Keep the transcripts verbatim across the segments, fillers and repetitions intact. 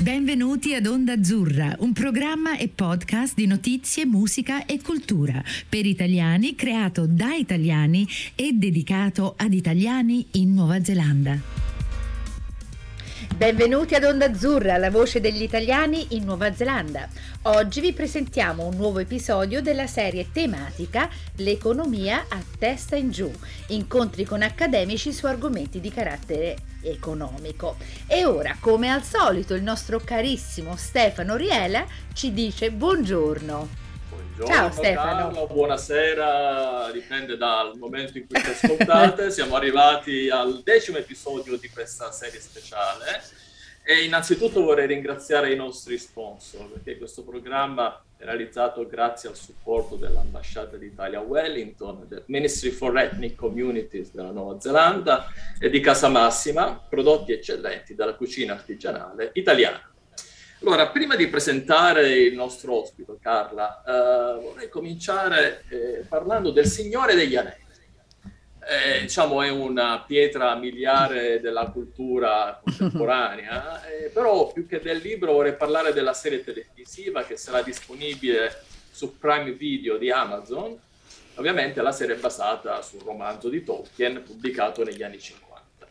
Benvenuti ad Onda Azzurra, un programma e podcast di notizie, musica e cultura per italiani, creato da italiani e dedicato ad italiani in Nuova Zelanda. Benvenuti ad Onda Azzurra, la voce degli italiani in Nuova Zelanda. Oggi vi presentiamo un nuovo episodio della serie tematica L'economia a testa in giù, incontri con accademici su argomenti di carattere economico. E ora, come al solito, il nostro carissimo Stefano Riela ci dice buongiorno. Buongiorno, ciao Stefano. Carlo, buonasera, dipende dal momento in cui ci ascoltate. Siamo arrivati al decimo episodio di questa serie speciale e innanzitutto vorrei ringraziare i nostri sponsor, perché questo programma è realizzato grazie al supporto dell'Ambasciata d'Italia a Wellington, del Ministry for Ethnic Communities della Nuova Zelanda e di Casa Massima, prodotti eccellenti dalla cucina artigianale italiana. Allora, prima di presentare il nostro ospite, Carla, eh, vorrei cominciare eh, parlando del Signore degli Anelli. Eh, diciamo è una pietra miliare della cultura contemporanea, eh, però più che del libro vorrei parlare della serie televisiva che sarà disponibile su Prime Video di Amazon. Ovviamente la serie è basata sul romanzo di Tolkien pubblicato negli anni cinquanta.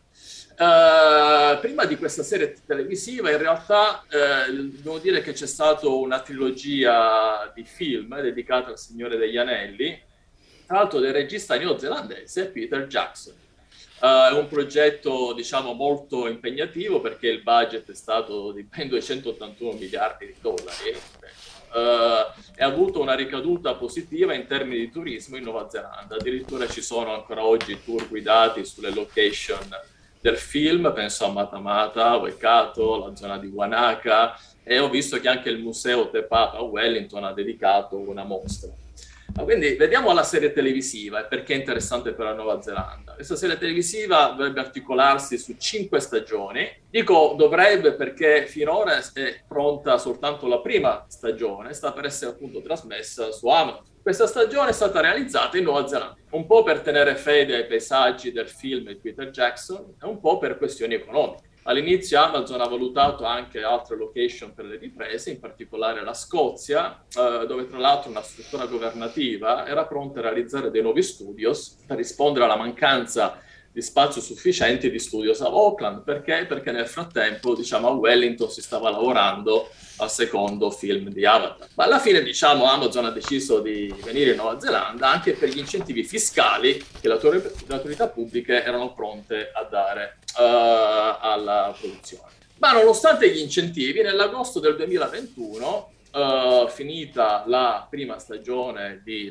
Uh, prima di questa serie televisiva in realtà uh, devo dire che c'è stata una trilogia di film dedicata al Signore degli Anelli, tra l'altro del regista neozelandese Peter Jackson. Uh, è un progetto diciamo molto impegnativo perché il budget è stato di ben duecentottantuno miliardi di dollari uh, e ha avuto una ricaduta positiva in termini di turismo in Nuova Zelanda. Addirittura ci sono ancora oggi tour guidati sulle location del film, penso a Matamata, Waikato, la zona di Wanaka, e ho visto che anche il museo Te Papa a Wellington ha dedicato una mostra. Ma quindi vediamo la serie televisiva e perché è interessante per la Nuova Zelanda. Questa serie televisiva dovrebbe articolarsi su cinque stagioni. Dico dovrebbe perché finora è pronta soltanto la prima stagione, sta per essere appunto trasmessa su Amazon. Questa stagione è stata realizzata in Nuova Zelanda, un po' per tenere fede ai paesaggi del film di Peter Jackson e un po' per questioni economiche. All'inizio Amazon ha valutato anche altre location per le riprese, in particolare la Scozia, eh, dove tra l'altro una struttura governativa era pronta a realizzare dei nuovi studios per rispondere alla mancanza di spazio sufficiente di studios a Auckland. Perché? Perché nel frattempo, diciamo, a Wellington si stava lavorando al secondo film di Avatar. Ma alla fine, diciamo, Amazon ha deciso di venire in Nuova Zelanda anche per gli incentivi fiscali che le, autor- le autorità pubbliche erano pronte a dare uh, alla produzione. Ma nonostante gli incentivi, nell'agosto del duemilaventuno, uh, finita la prima stagione di,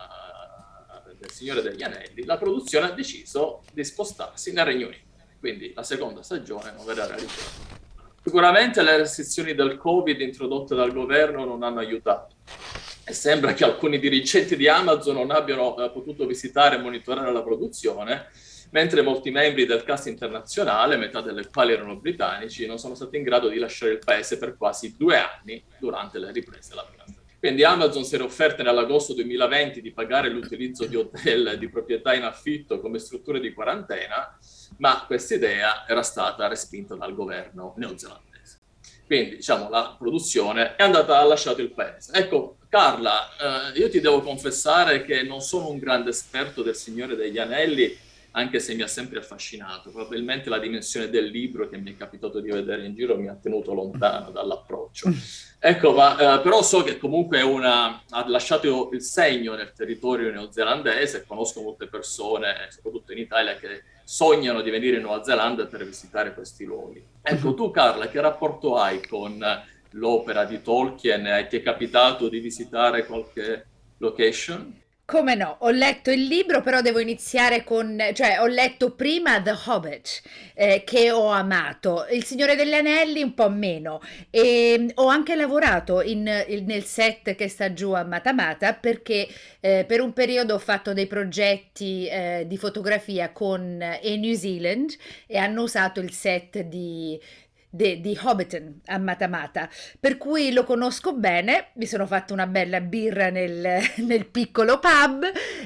uh, del Signore degli Anelli, la produzione ha deciso di spostarsi nel Regno Unito. Quindi la seconda stagione non verrà realizzata. Sicuramente le restrizioni del Covid introdotte dal governo non hanno aiutato e sembra che alcuni dirigenti di Amazon non abbiano eh, potuto visitare e monitorare la produzione, mentre molti membri del cast internazionale, metà delle quali erano britannici, non sono stati in grado di lasciare il paese per quasi due anni durante le riprese della prima stagione. Quindi Amazon si era offerta nell'agosto duemilaventi di pagare l'utilizzo di hotel di proprietà in affitto come strutture di quarantena, ma questa idea era stata respinta dal governo neozelandese. Quindi, diciamo, la produzione è andata, ha lasciato il paese. Ecco, Carla, eh, io ti devo confessare che non sono un grande esperto del Signore degli Anelli, anche se mi ha sempre affascinato. Probabilmente la dimensione del libro che mi è capitato di vedere in giro mi ha tenuto lontano dall'approccio. Ecco, ma, eh, però so che comunque è una, ha lasciato il segno nel territorio neozelandese. Conosco molte persone, soprattutto in Italia, che sognano di venire in Nuova Zelanda per visitare questi luoghi. Ecco, tu Carla, che rapporto hai con l'opera di Tolkien? Ti è capitato di visitare qualche location? Come no, ho letto il libro, però devo iniziare con, cioè ho letto prima The Hobbit, eh, che ho amato, Il Signore degli Anelli un po' meno, e ho anche lavorato in, in- nel set che sta giù a Matamata perché eh, per un periodo ho fatto dei progetti eh, di fotografia con eh, New Zealand e hanno usato il set di de, di Hobbiton a Matamata, per cui lo conosco bene, mi sono fatta una bella birra nel, nel piccolo pub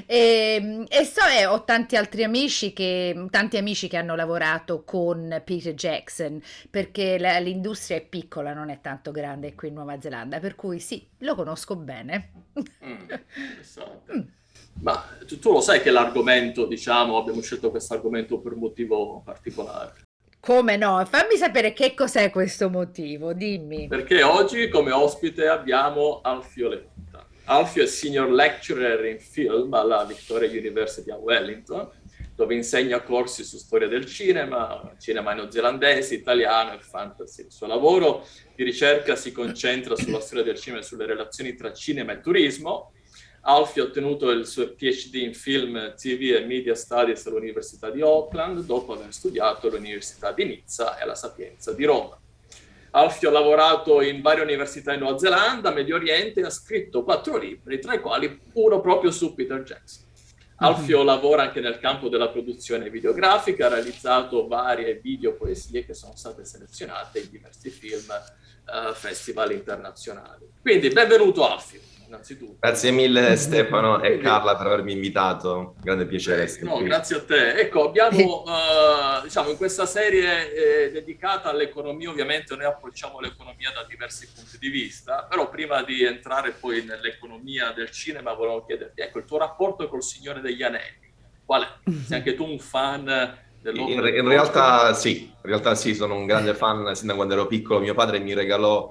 e, e so, eh, ho tanti altri amici che, tanti amici che hanno lavorato con Peter Jackson, perché la, l'industria è piccola, non è tanto grande qui in Nuova Zelanda, per cui sì, lo conosco bene. Mm, interessante. Mm. Ma tu, tu lo sai che l'argomento, diciamo, abbiamo scelto questo argomento per un motivo particolare. Come no? Fammi sapere che cos'è questo motivo, dimmi. Perché oggi come ospite abbiamo Alfio Letta. Alfio è Senior Lecturer in Film alla Victoria University a Wellington, dove insegna corsi su storia del cinema, cinema neozelandese, italiano e fantasy. Il suo lavoro di ricerca si concentra sulla storia del cinema e sulle relazioni tra cinema e turismo. Alfio ha ottenuto il suo P H D in Film, T V e Media Studies all'Università di Auckland, dopo aver studiato all'Università di Nizza e alla Sapienza di Roma. Alfio ha lavorato in varie università in Nuova Zelanda, Medio Oriente e ha scritto quattro libri, tra i quali uno proprio su Peter Jackson. Alfio mm-hmm. lavora anche nel campo della produzione videografica, ha realizzato varie videopoesie che sono state selezionate in diversi film, uh, festival internazionali. Quindi benvenuto Alfio. Innanzitutto. Grazie mille Stefano e Carla per avermi invitato, grande piacere. Eh, no, grazie a te. Ecco, abbiamo uh, diciamo in questa serie eh, dedicata all'economia, ovviamente noi approcciamo l'economia da diversi punti di vista, però prima di entrare poi nell'economia del cinema volevo chiederti, ecco, il tuo rapporto col Signore degli Anelli, qual è? Sei anche tu un fan dell'opera? In, in realtà sì, in realtà sì, sono un grande fan sin da quando ero piccolo. Mio padre mi regalò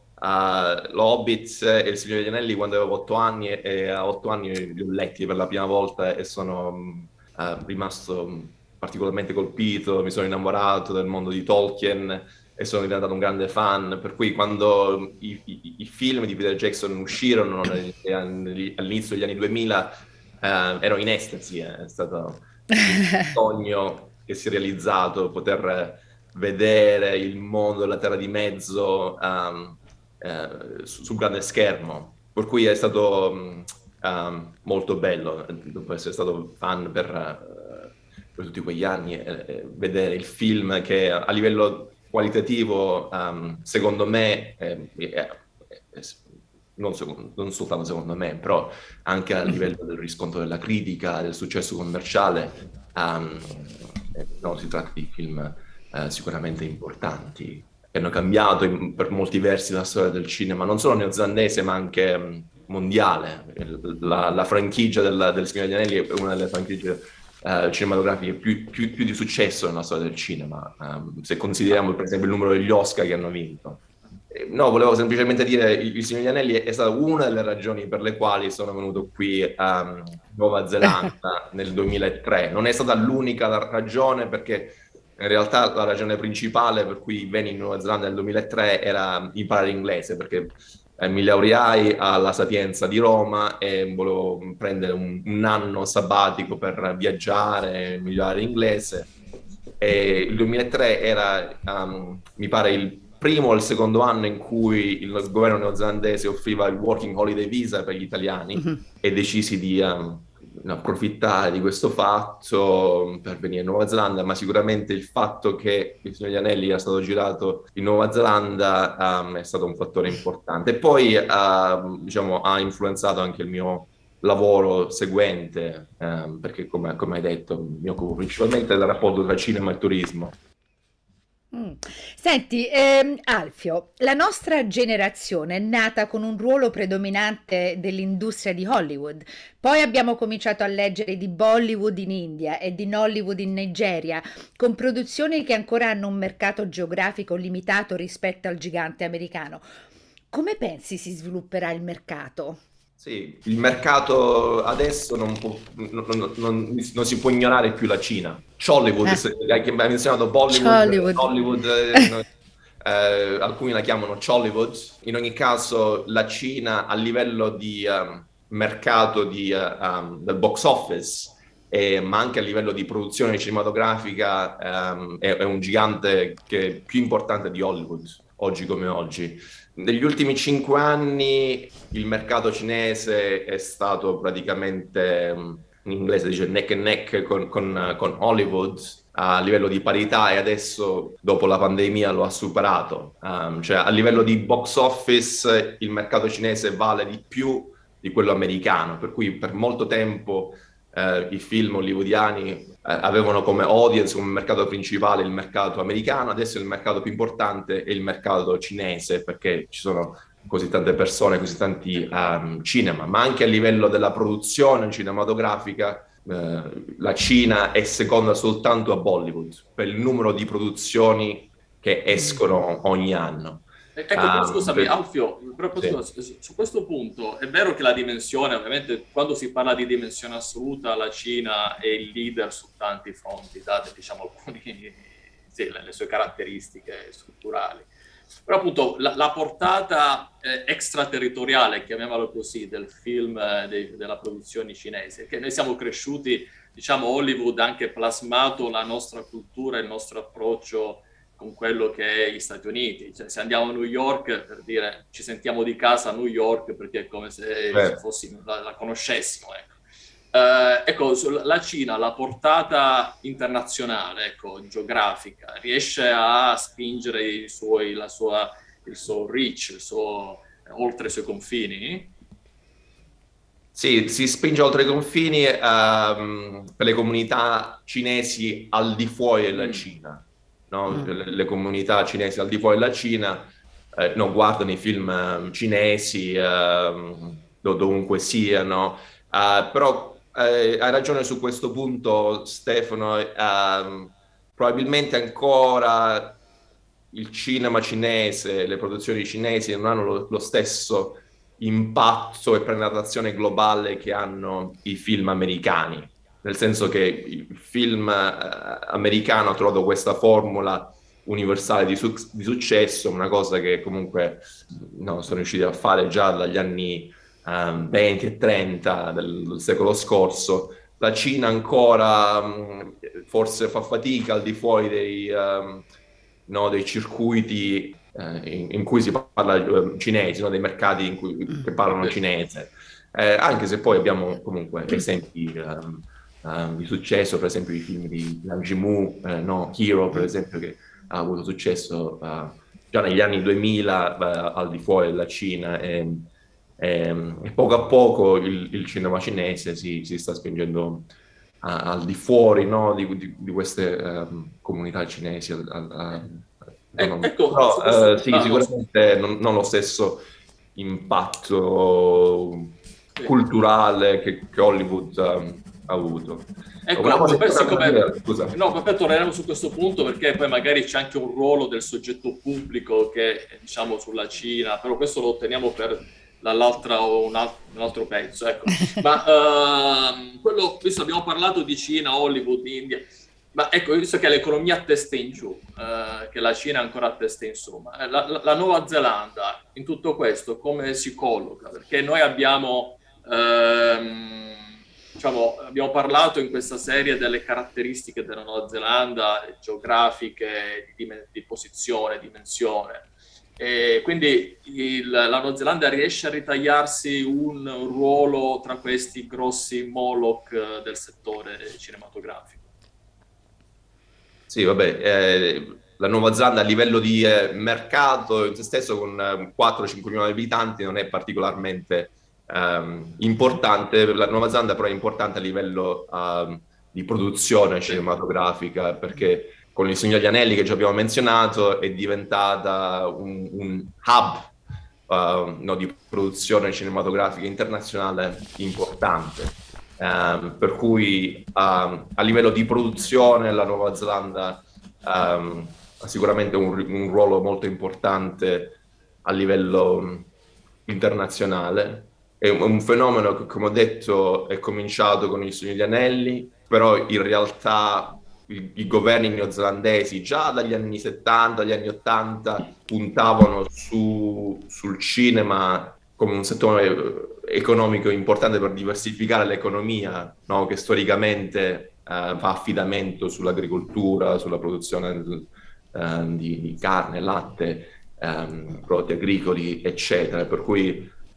Uh, Lo Hobbit e Il Signore degli Anelli quando avevo otto anni e, e a otto anni li ho letti per la prima volta e sono uh, rimasto particolarmente colpito, mi sono innamorato del mondo di Tolkien e sono diventato un grande fan, per cui quando i, i, i film di Peter Jackson uscirono negli anni, all'inizio degli anni duemila uh, ero in estasi, eh. È stato un sogno che si è realizzato, poter vedere il mondo della Terra di Mezzo um, Uh, sul grande schermo, per cui è stato um, um, molto bello dopo essere stato fan per, uh, per tutti quegli anni eh, vedere il film che a livello qualitativo um, secondo me eh, eh, eh, non, secondo, non soltanto secondo me, però anche a livello del riscontro della critica, del successo commerciale um, eh, no, si tratta di film uh, sicuramente importanti che hanno cambiato in, per molti versi la storia del cinema, non solo neozelandese ma anche um, mondiale. La, la franchigia del, del Signore degli Anelli è una delle franchigie uh, cinematografiche più, più, più di successo nella storia del cinema, um, se consideriamo per esempio il numero degli Oscar che hanno vinto. Eh, no, volevo semplicemente dire il, il Signore degli Anelli è, è stata una delle ragioni per le quali sono venuto qui a um, Nuova Zelanda nel duemilatré. Non è stata l'unica ragione, perché in realtà la ragione principale per cui venni in Nuova Zelanda nel duemilatré era imparare inglese, perché eh, mi laureai alla Sapienza di Roma e volevo prendere un, un anno sabbatico per viaggiare, migliorare l'inglese. E il duemilatré era, um, mi pare, il primo o il secondo anno in cui il governo neozelandese offriva il Working Holiday Visa per gli italiani, mm-hmm. e decisi di um, approfittare di questo fatto per venire in Nuova Zelanda, ma sicuramente il fatto che Il Signore degli Anelli era stato girato in Nuova Zelanda um, è stato un fattore importante. E poi uh, diciamo, ha influenzato anche il mio lavoro seguente, um, perché come, come hai detto mi occupo principalmente del rapporto tra cinema e turismo. Mm. Senti, ehm, Alfio, la nostra generazione è nata con un ruolo predominante dell'industria di Hollywood, poi abbiamo cominciato a leggere di Bollywood in India e di Nollywood in Nigeria, con produzioni che ancora hanno un mercato geografico limitato rispetto al gigante americano. Come pensi si svilupperà il mercato? Sì, il mercato adesso non, può, non, non, non, non si può ignorare più la Cina. Hollywood, eh. hai menzionato Bollywood, Hollywood. Hollywood eh, eh, alcuni la chiamano Chollywood. In ogni caso la Cina a livello di um, mercato di, uh, um, del box office, eh, ma anche a livello di produzione cinematografica um, è, è un gigante che è più importante di Hollywood, oggi come oggi. Negli ultimi cinque anni il mercato cinese è stato praticamente, in inglese dice neck and neck con, con, con Hollywood, a livello di parità e adesso dopo la pandemia lo ha superato. Um, cioè a livello di box office il mercato cinese vale di più di quello americano, per cui per molto tempo eh, i film hollywoodiani eh, avevano come audience, come mercato principale il mercato americano, adesso il mercato più importante è il mercato cinese, perché ci sono così tante persone, così tanti um, cinema, ma anche a livello della produzione cinematografica eh, la Cina è seconda soltanto a Bollywood per il numero di produzioni che escono ogni anno. Ecco, però, scusami, Alfio, proprio sì. su, su questo punto è vero che la dimensione, ovviamente quando si parla di dimensione assoluta, la Cina è il leader su tanti fronti, date diciamo alcuni, sì, le, le sue caratteristiche strutturali. Però appunto la, la portata eh, extraterritoriale, chiamiamolo così, del film, eh, de, della produzione cinese, che noi siamo cresciuti, diciamo Hollywood ha anche plasmato la nostra cultura, il nostro approccio con quello che è gli Stati Uniti. Cioè, se andiamo a New York, per dire, ci sentiamo di casa a New York perché è come se, se fossimo, la, la conoscessimo, ecco. Uh, ecco, la Cina, la portata internazionale, ecco, geografica, riesce a spingere i suoi, la sua, il suo reach, il suo, oltre i suoi confini? Sì, si spinge oltre i confini um, per le comunità cinesi al di fuori della mm. Cina, no? Mm. Le, le comunità cinesi al di fuori della Cina eh, non guardano i film um, cinesi um, dovunque siano, uh, però Eh, hai ragione su questo punto, Stefano. Eh, probabilmente ancora il cinema cinese, le produzioni cinesi non hanno lo, lo stesso impatto e penetrazione globale che hanno i film americani, nel senso che il film eh, americano ha trovato questa formula universale di, su- di successo, una cosa che comunque no, sono riusciti a fare già dagli anni Um, venti e trenta del, del secolo scorso. La Cina ancora um, forse fa fatica al di fuori dei, um, no, dei circuiti uh, in, in cui si parla uh, cinese, no, dei mercati in cui che parlano cinese, eh, anche se poi abbiamo comunque esempi um, um, di successo, per esempio i film di Zhang Yimou, eh, no, Hero per esempio, che ha avuto successo uh, già negli anni duemila uh, al di fuori della Cina, e, E, e poco a poco il, il cinema cinese si, si sta spingendo a, al di fuori, no, di, di, di queste um, comunità cinesi. A, a, eh, non, ecco, però questo, uh, sì, ah, sicuramente non, non lo stesso impatto sì. culturale che, che Hollywood um, ha avuto. Ecco, poi siccome, no, poi torneremo su questo punto perché poi magari c'è anche un ruolo del soggetto pubblico che diciamo sulla Cina, però questo lo teniamo per dall'altra o un altro, un altro pezzo, ecco. Ma uh, quello, visto abbiamo parlato di Cina, Hollywood, India, ma ecco, visto che l'economia a testa in giù, uh, che la Cina è ancora a testa in su, ma la, la, la Nuova Zelanda in tutto questo come si colloca? Perché noi abbiamo, um, diciamo, abbiamo parlato in questa serie delle caratteristiche della Nuova Zelanda, geografiche, di, di posizione, dimensione. E quindi il, la Nuova Zelanda riesce a ritagliarsi un ruolo tra questi grossi Moloch del settore cinematografico. Sì, vabbè, eh, la Nuova Zelanda a livello di eh, mercato in se stesso con eh, quattro cinque milioni di abitanti non è particolarmente ehm, importante. La Nuova Zelanda però è importante a livello ehm, di produzione cinematografica, perché con il Signore degli Anelli che già abbiamo menzionato è diventata un, un hub uh, no, di produzione cinematografica internazionale importante, um, per cui um, a livello di produzione la Nuova Zelanda um, ha sicuramente un, un ruolo molto importante a livello internazionale. È un, un fenomeno che, come ho detto, è cominciato con il Signore degli Anelli, però in realtà I, i governi neozelandesi già dagli anni settanta, dagli anni ottanta puntavano su, sul cinema come un settore economico importante per diversificare l'economia, no? Che storicamente eh, fa affidamento sull'agricoltura, sulla produzione eh, di, di carne, latte, ehm, prodotti agricoli, eccetera. Per cui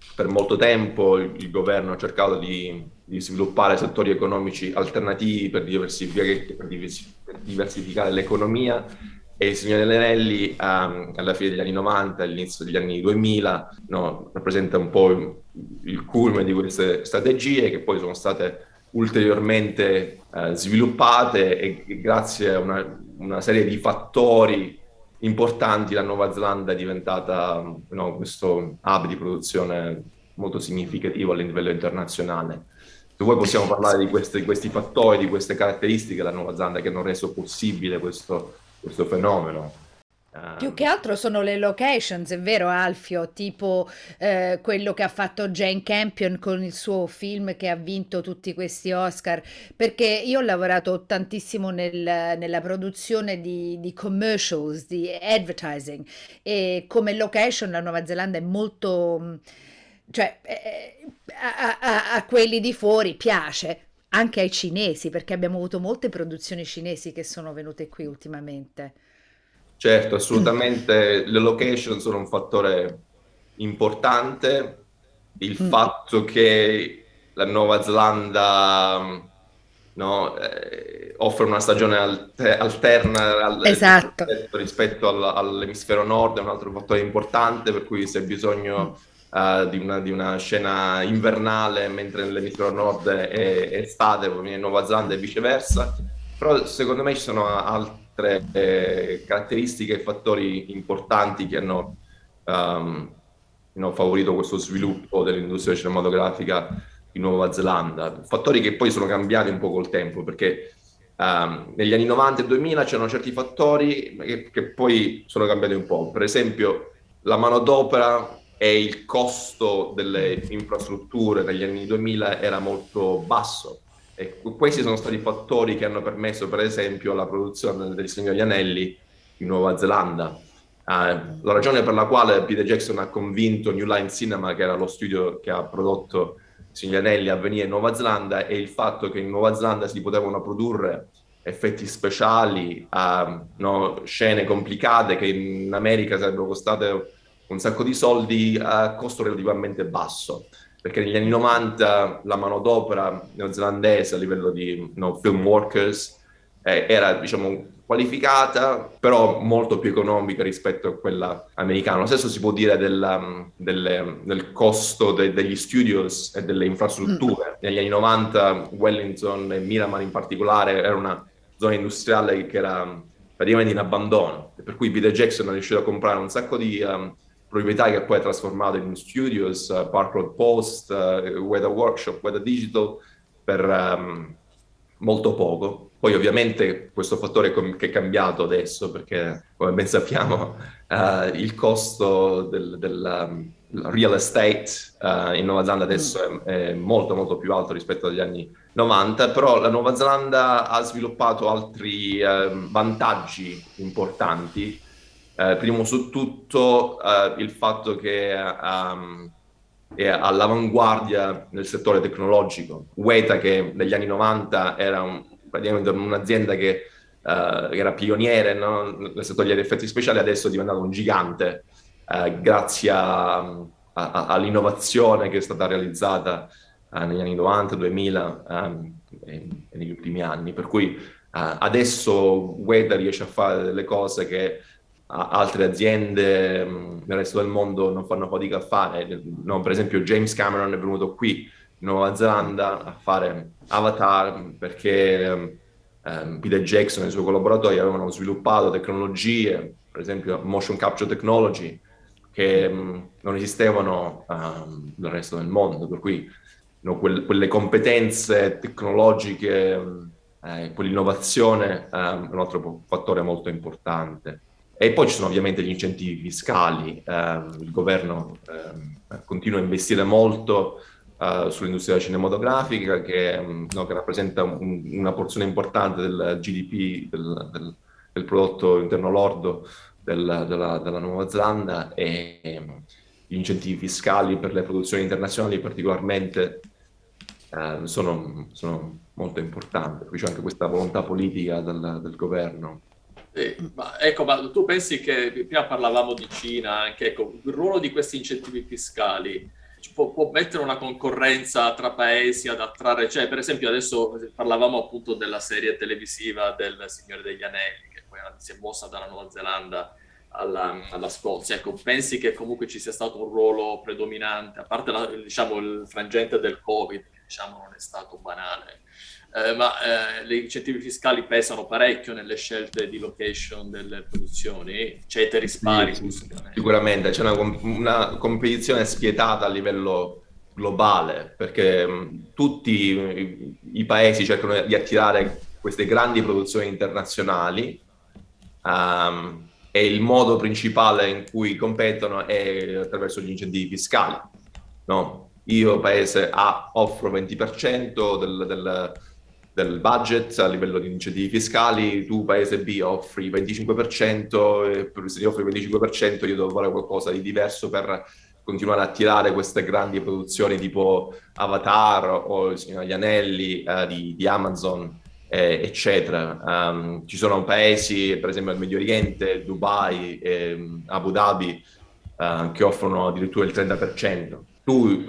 per molto tempo il, il governo ha cercato di, di sviluppare settori economici alternativi per diversificare, per per diversificare l'economia, e il signor Anelli um, alla fine degli anni novanta, all'inizio degli anni duemila, no, rappresenta un po' il, il culmine di queste strategie, che poi sono state ulteriormente uh, sviluppate, e, e grazie a una, una serie di fattori importanti la Nuova Zelanda è diventata, no, questo hub di produzione molto significativo a livello internazionale. Se vuoi possiamo parlare di questi, di questi fattori, di queste caratteristiche della Nuova Zelanda che hanno reso possibile questo, questo fenomeno. Più che altro sono le locations, è vero Alfio, tipo eh, quello che ha fatto Jane Campion con il suo film che ha vinto tutti questi Oscar, perché io ho lavorato tantissimo nel, nella produzione di, di commercials, di advertising, e come location la Nuova Zelanda è molto, cioè eh, a, a, a quelli di fuori piace, anche ai cinesi, perché abbiamo avuto molte produzioni cinesi che sono venute qui ultimamente. Certo, assolutamente, le location sono un fattore importante, il mm. fatto che la Nuova Zelanda, no, eh, offre una stagione alter- alterna al- esatto. rispetto, rispetto all- all'emisfero nord è un altro fattore importante, per cui se hai bisogno mm. uh, di, una, di una scena invernale, mentre nell'emisfero nord è, è estate, poi viene Nuova Zelanda e viceversa. Però secondo me ci sono altri Eh, caratteristiche e fattori importanti che hanno, um, hanno favorito questo sviluppo dell'industria cinematografica in Nuova Zelanda, fattori che poi sono cambiati un po' col tempo, perché um, negli anni novanta e duemila c'erano certi fattori che, che poi sono cambiati un po', per esempio la manodopera e il costo delle infrastrutture negli anni duemila era molto basso. E questi sono stati fattori che hanno permesso, per esempio, la produzione del Signore degli Anelli in Nuova Zelanda. Uh, la ragione per la quale Peter Jackson ha convinto New Line Cinema, che era lo studio che ha prodotto il Signore degli Anelli, a venire in Nuova Zelanda, è il fatto che in Nuova Zelanda si potevano produrre effetti speciali, uh, no, scene complicate che in America sarebbero costate un sacco di soldi a costo relativamente basso. Perché negli anni novanta la manodopera neozelandese a livello di no, film workers eh, era, diciamo, qualificata, però molto più economica rispetto a quella americana. Lo stesso si può dire del, del, del costo de, degli studios e delle infrastrutture. Mm. Negli anni novanta Wellington e Miramar in particolare era una zona industriale che era praticamente in abbandono, per cui Peter Jackson è riuscito a comprare un sacco di um, proprietà che poi ha trasformato in studios, uh, Park Road Post, uh, Weather Workshop, Weather Digital, per um, molto poco. Poi ovviamente questo fattore com- che è cambiato adesso, perché come ben sappiamo uh, il costo del, del um, real estate uh, in Nuova Zelanda adesso mm. è, è molto molto più alto rispetto agli anni novanta, però la Nuova Zelanda ha sviluppato altri uh, vantaggi importanti. Uh, primo su tutto uh, il fatto che um, è all'avanguardia nel settore tecnologico. Weta, che negli anni novanta era un, praticamente un'azienda che, uh, che era pioniere, no? nel settore degli effetti speciali, adesso è diventato un gigante uh, grazie a, a, a, all'innovazione che è stata realizzata uh, negli anni novanta, duemila um, e, e negli ultimi anni. Per cui uh, adesso Weta riesce a fare delle cose che altre aziende mh, nel resto del mondo non fanno fatica a fare. No, per esempio James Cameron è venuto qui in Nuova Zelanda a fare Avatar perché um, Peter Jackson e i suoi collaboratori avevano sviluppato tecnologie, per esempio motion capture technology, che mh, non esistevano um, nel resto del mondo, per cui no, quel, quelle competenze tecnologiche, eh, quell'innovazione eh, è un altro fattore molto importante. E poi ci sono ovviamente gli incentivi fiscali, eh, il governo eh, continua a investire molto eh, sull'industria cinematografica che, no, che rappresenta un, una porzione importante del G D P, del, del, del prodotto interno lordo del, della, della Nuova Zelanda, e gli incentivi fiscali per le produzioni internazionali particolarmente eh, sono, sono molto importanti. Poi c'è anche questa volontà politica del, del governo. Eh, ma ecco, ma tu pensi che prima parlavamo di Cina, anche ecco, il ruolo di questi incentivi fiscali, può, può mettere una concorrenza tra paesi ad attrarre, cioè per esempio adesso parlavamo appunto della serie televisiva del Signore degli Anelli, che poi si è mossa dalla Nuova Zelanda alla, alla Scozia. Ecco, pensi che comunque ci sia stato un ruolo predominante, a parte la, diciamo, il frangente del Covid, che diciamo non è stato banale, eh, ma eh, gli incentivi fiscali pesano parecchio nelle scelte di location delle produzioni, ceteris paribus. Sì, sì, sicuramente c'è una, una competizione spietata a livello globale, perché mh, tutti i, i paesi cercano di attirare queste grandi produzioni internazionali, um, e il modo principale in cui competono è attraverso gli incentivi fiscali, no? Io, paese A, offro venti per cento del, del, del budget a livello di incentivi fiscali, tu, paese B, offri venticinque per cento, e se ti offri il venticinque per cento io devo fare qualcosa di diverso per continuare a attirare queste grandi produzioni tipo Avatar o Il Signore degli Anelli eh, di, di Amazon, Eh, eccetera. Um, ci sono paesi, per esempio il Medio Oriente, Dubai, eh, Abu Dhabi, uh, che offrono addirittura il trenta per cento. Tu,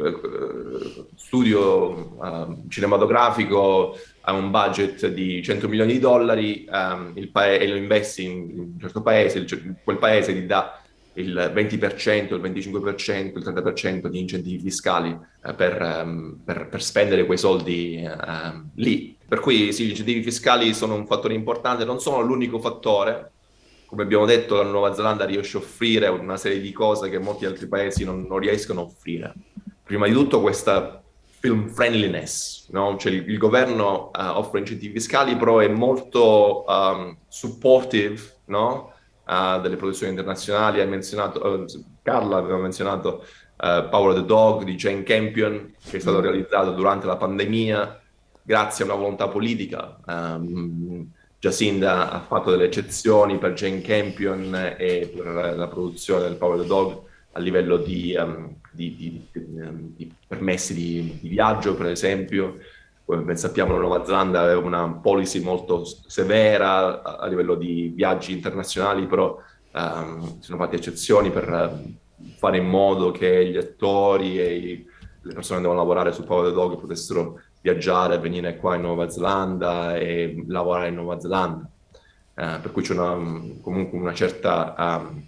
eh, studio uh, cinematografico, hai un budget di cento milioni di dollari, um, il pa- e lo investi in, in un certo paese, il, quel paese ti dà il venti per cento, il venticinque per cento, il trenta per cento di incentivi fiscali eh, per, um, per, per spendere quei soldi uh, lì. Per cui sì, gli incentivi fiscali sono un fattore importante, non sono l'unico fattore. Come abbiamo detto, la Nuova Zelanda riesce a offrire una serie di cose che molti altri paesi non, non riescono a offrire. Prima di tutto questa film friendliness, no? Cioè il, il governo uh, offre incentivi fiscali, però è molto um, supportive, no? Uh, delle produzioni internazionali. Hai menzionato, uh, Carla aveva menzionato uh, Power of the Dog di Jane Campion, che è stato realizzato durante la pandemia grazie a una volontà politica. Um, Jacinda ha fatto delle eccezioni per Jane Campion e per la produzione del Power of the Dog a livello di, um, di, di, di, di permessi di, di viaggio, per esempio. Come ben sappiamo, la Nuova Zelanda aveva una policy molto severa a, a livello di viaggi internazionali, però um, si sono fatte eccezioni per uh, fare in modo che gli attori e i, le persone che devono lavorare sul Power of the Dog potessero viaggiare, venire qua in Nuova Zelanda e lavorare in Nuova Zelanda. Uh, per cui c'è una, comunque una certa um,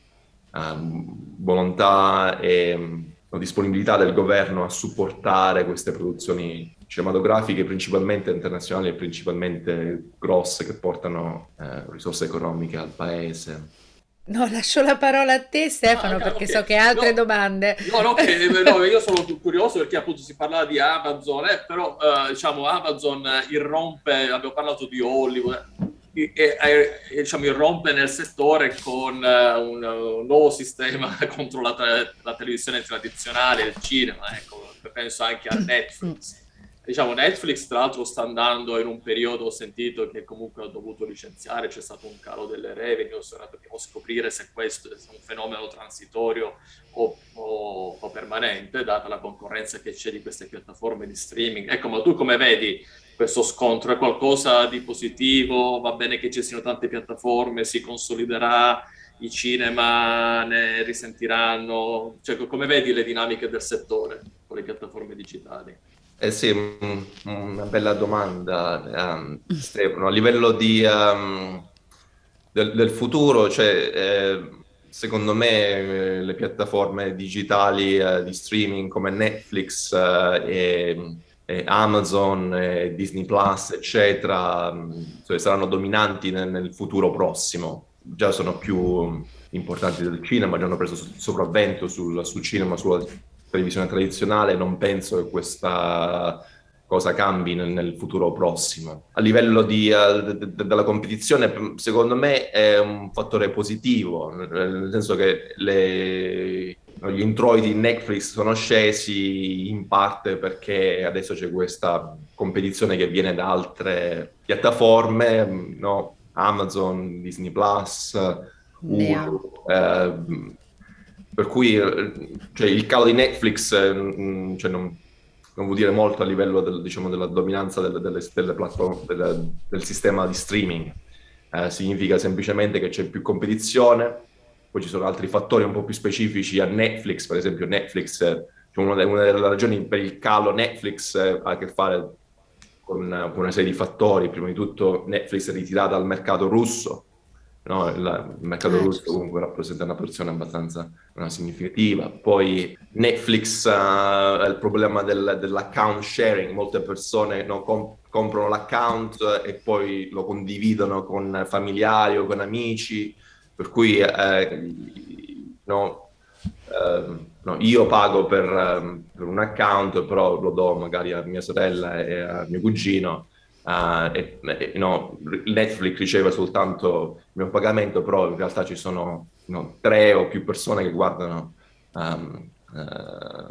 um, volontà e um, disponibilità del governo a supportare queste produzioni cinematografiche, principalmente internazionali e principalmente grosse, che portano eh, risorse economiche al paese. No, lascio la parola a te, Stefano, ah, perché okay. so che hai altre no, domande. No, no, okay, no, io sono curioso perché appunto si parlava di Amazon, eh, però eh, diciamo Amazon irrompe, abbiamo parlato di Hollywood, e, e, e, diciamo irrompe nel settore con uh, un, un nuovo sistema contro la, la televisione tradizionale, il cinema, ecco, penso anche a Netflix. Diciamo, Netflix tra l'altro sta andando in un periodo, ho sentito che comunque ha dovuto licenziare, c'è stato un calo delle revenue, dobbiamo scoprire se questo è un fenomeno transitorio o, o, o permanente, data la concorrenza che c'è di queste piattaforme di streaming. Ecco, ma tu come vedi questo scontro? È qualcosa di positivo? Va bene che ci siano tante piattaforme, si consoliderà, i cinema ne risentiranno? Cioè, come vedi le dinamiche del settore con le piattaforme digitali? Eh sì, una bella domanda, um, Stefano. A livello di, um, del, del futuro, cioè, eh, secondo me eh, le piattaforme digitali eh, di streaming come Netflix eh, e, e Amazon, e Disney Plus, eccetera, cioè, saranno dominanti nel, nel futuro prossimo. Già sono più importanti del cinema, già hanno preso sopravvento sul, sul cinema, sulla televisione tradizionale. Non penso che questa cosa cambi nel, nel futuro prossimo. A livello di, uh, de, de, della competizione, secondo me è un fattore positivo, nel senso che le, gli introiti di Netflix sono scesi in parte perché adesso c'è questa competizione che viene da altre piattaforme, no? Amazon, Disney Plus, Hulu, eh, per cui cioè, il calo di Netflix cioè, non, non vuol dire molto a livello del, diciamo, della dominanza delle, delle, delle piattaforme, delle, del sistema di streaming. Eh, significa semplicemente che c'è più competizione, poi ci sono altri fattori un po' più specifici a Netflix. Per esempio Netflix c'è una delle ragioni per il calo Netflix ha a che fare con una serie di fattori. Prima di tutto Netflix è ritirata dal mercato russo, no? Il, il mercato eh, russo comunque rappresenta una porzione abbastanza una significativa. Poi Netflix uh, ha il problema del, dell'account sharing, molte persone no, com- comprano l'account e poi lo condividono con familiari o con amici, per cui eh, no, eh, no, io pago per, um, per un account, però lo do magari a mia sorella e a mio cugino. Uh, e, e, no, Netflix riceve soltanto il mio pagamento, però in realtà ci sono no, tre o più persone che guardano um, uh,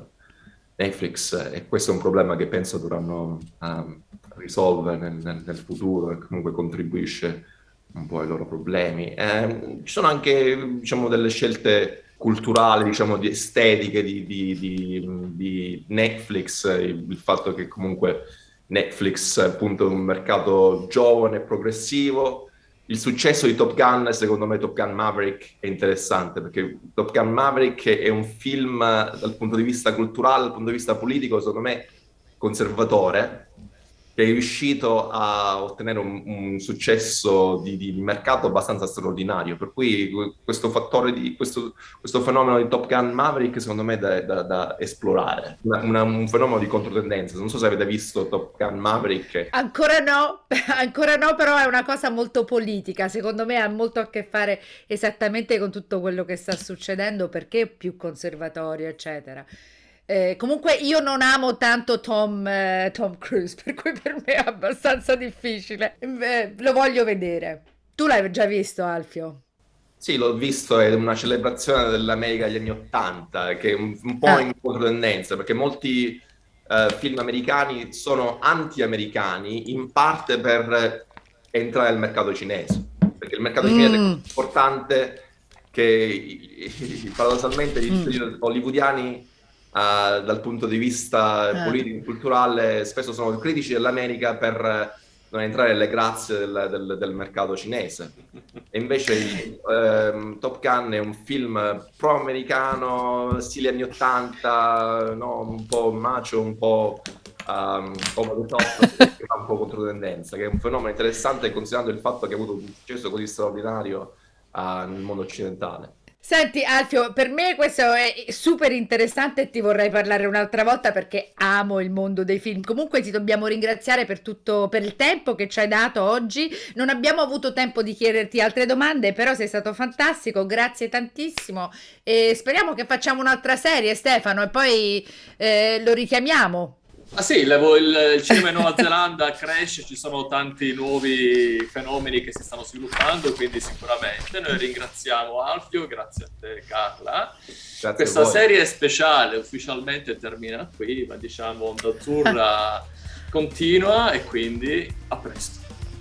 Netflix, e questo è un problema che penso dovranno um, risolvere nel, nel, nel futuro, e comunque contribuisce un po' ai loro problemi. Eh, ci sono anche, diciamo, delle scelte culturali, diciamo, di estetiche di, di, di, di Netflix, il fatto che comunque Netflix appunto è un mercato giovane e progressivo. Il successo di Top Gun, secondo me Top Gun Maverick è interessante, perché Top Gun Maverick è un film dal punto di vista culturale, dal punto di vista politico, secondo me conservatore, che è riuscito a ottenere un, un successo di, di mercato abbastanza straordinario, per cui questo fattore di questo, questo fenomeno di Top Gun Maverick secondo me è da, da, da esplorare, una, una, un fenomeno di controtendenza. Non so se avete visto Top Gun Maverick. Ancora no, ancora no, però è una cosa molto politica, secondo me ha molto a che fare esattamente con tutto quello che sta succedendo, perché è più conservatorio eccetera. Eh, comunque io non amo tanto Tom, eh, Tom Cruise, per cui per me è abbastanza difficile. Eh, lo voglio vedere. Tu l'hai già visto, Alfio? Sì, l'ho visto, è una celebrazione dell'America degli anni Ottanta, che è un, un po' Ah. in controtendenza, perché molti eh, film americani sono anti-americani, in parte per entrare nel mercato cinese, perché il mercato cinese è Mm. così importante che i- i- paradossalmente gli Mm. studi hollywoodiani Uh, dal punto di vista Ah. politico e culturale spesso sono critici dell'America per uh, non entrare nelle grazie del, del, del mercato cinese, e invece il, um, Top Gun è un film pro-americano, stile anni ottanta, no? Un po' macho, un po' um, over the top, che fa un po' controtendenza, che è un fenomeno interessante considerando il fatto che ha avuto un successo così straordinario uh, nel mondo occidentale. Senti Alfio, per me questo è super interessante e ti vorrei parlare un'altra volta perché amo il mondo dei film. Comunque ti dobbiamo ringraziare per tutto, per il tempo che ci hai dato oggi. Non abbiamo avuto tempo di chiederti altre domande, però sei stato fantastico, grazie tantissimo e speriamo che facciamo un'altra serie, Stefano, e poi eh, lo richiamiamo. Ah sì, il, il, il cinema in Nuova Zelanda cresce, ci sono tanti nuovi fenomeni che si stanno sviluppando, quindi sicuramente noi ringraziamo Alfio, grazie a te Carla. Grazie Questa a voi. serie speciale ufficialmente termina qui, ma diciamo Onda Azzurra continua e quindi a presto.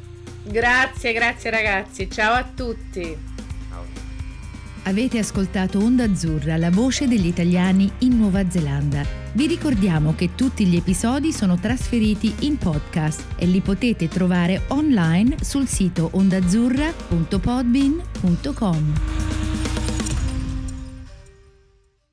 Grazie, grazie ragazzi, ciao a tutti. Avete ascoltato Onda Azzurra, la voce degli italiani in Nuova Zelanda. Vi ricordiamo che tutti gli episodi sono trasferiti in podcast e li potete trovare online sul sito ondazzurra punto podbean punto com.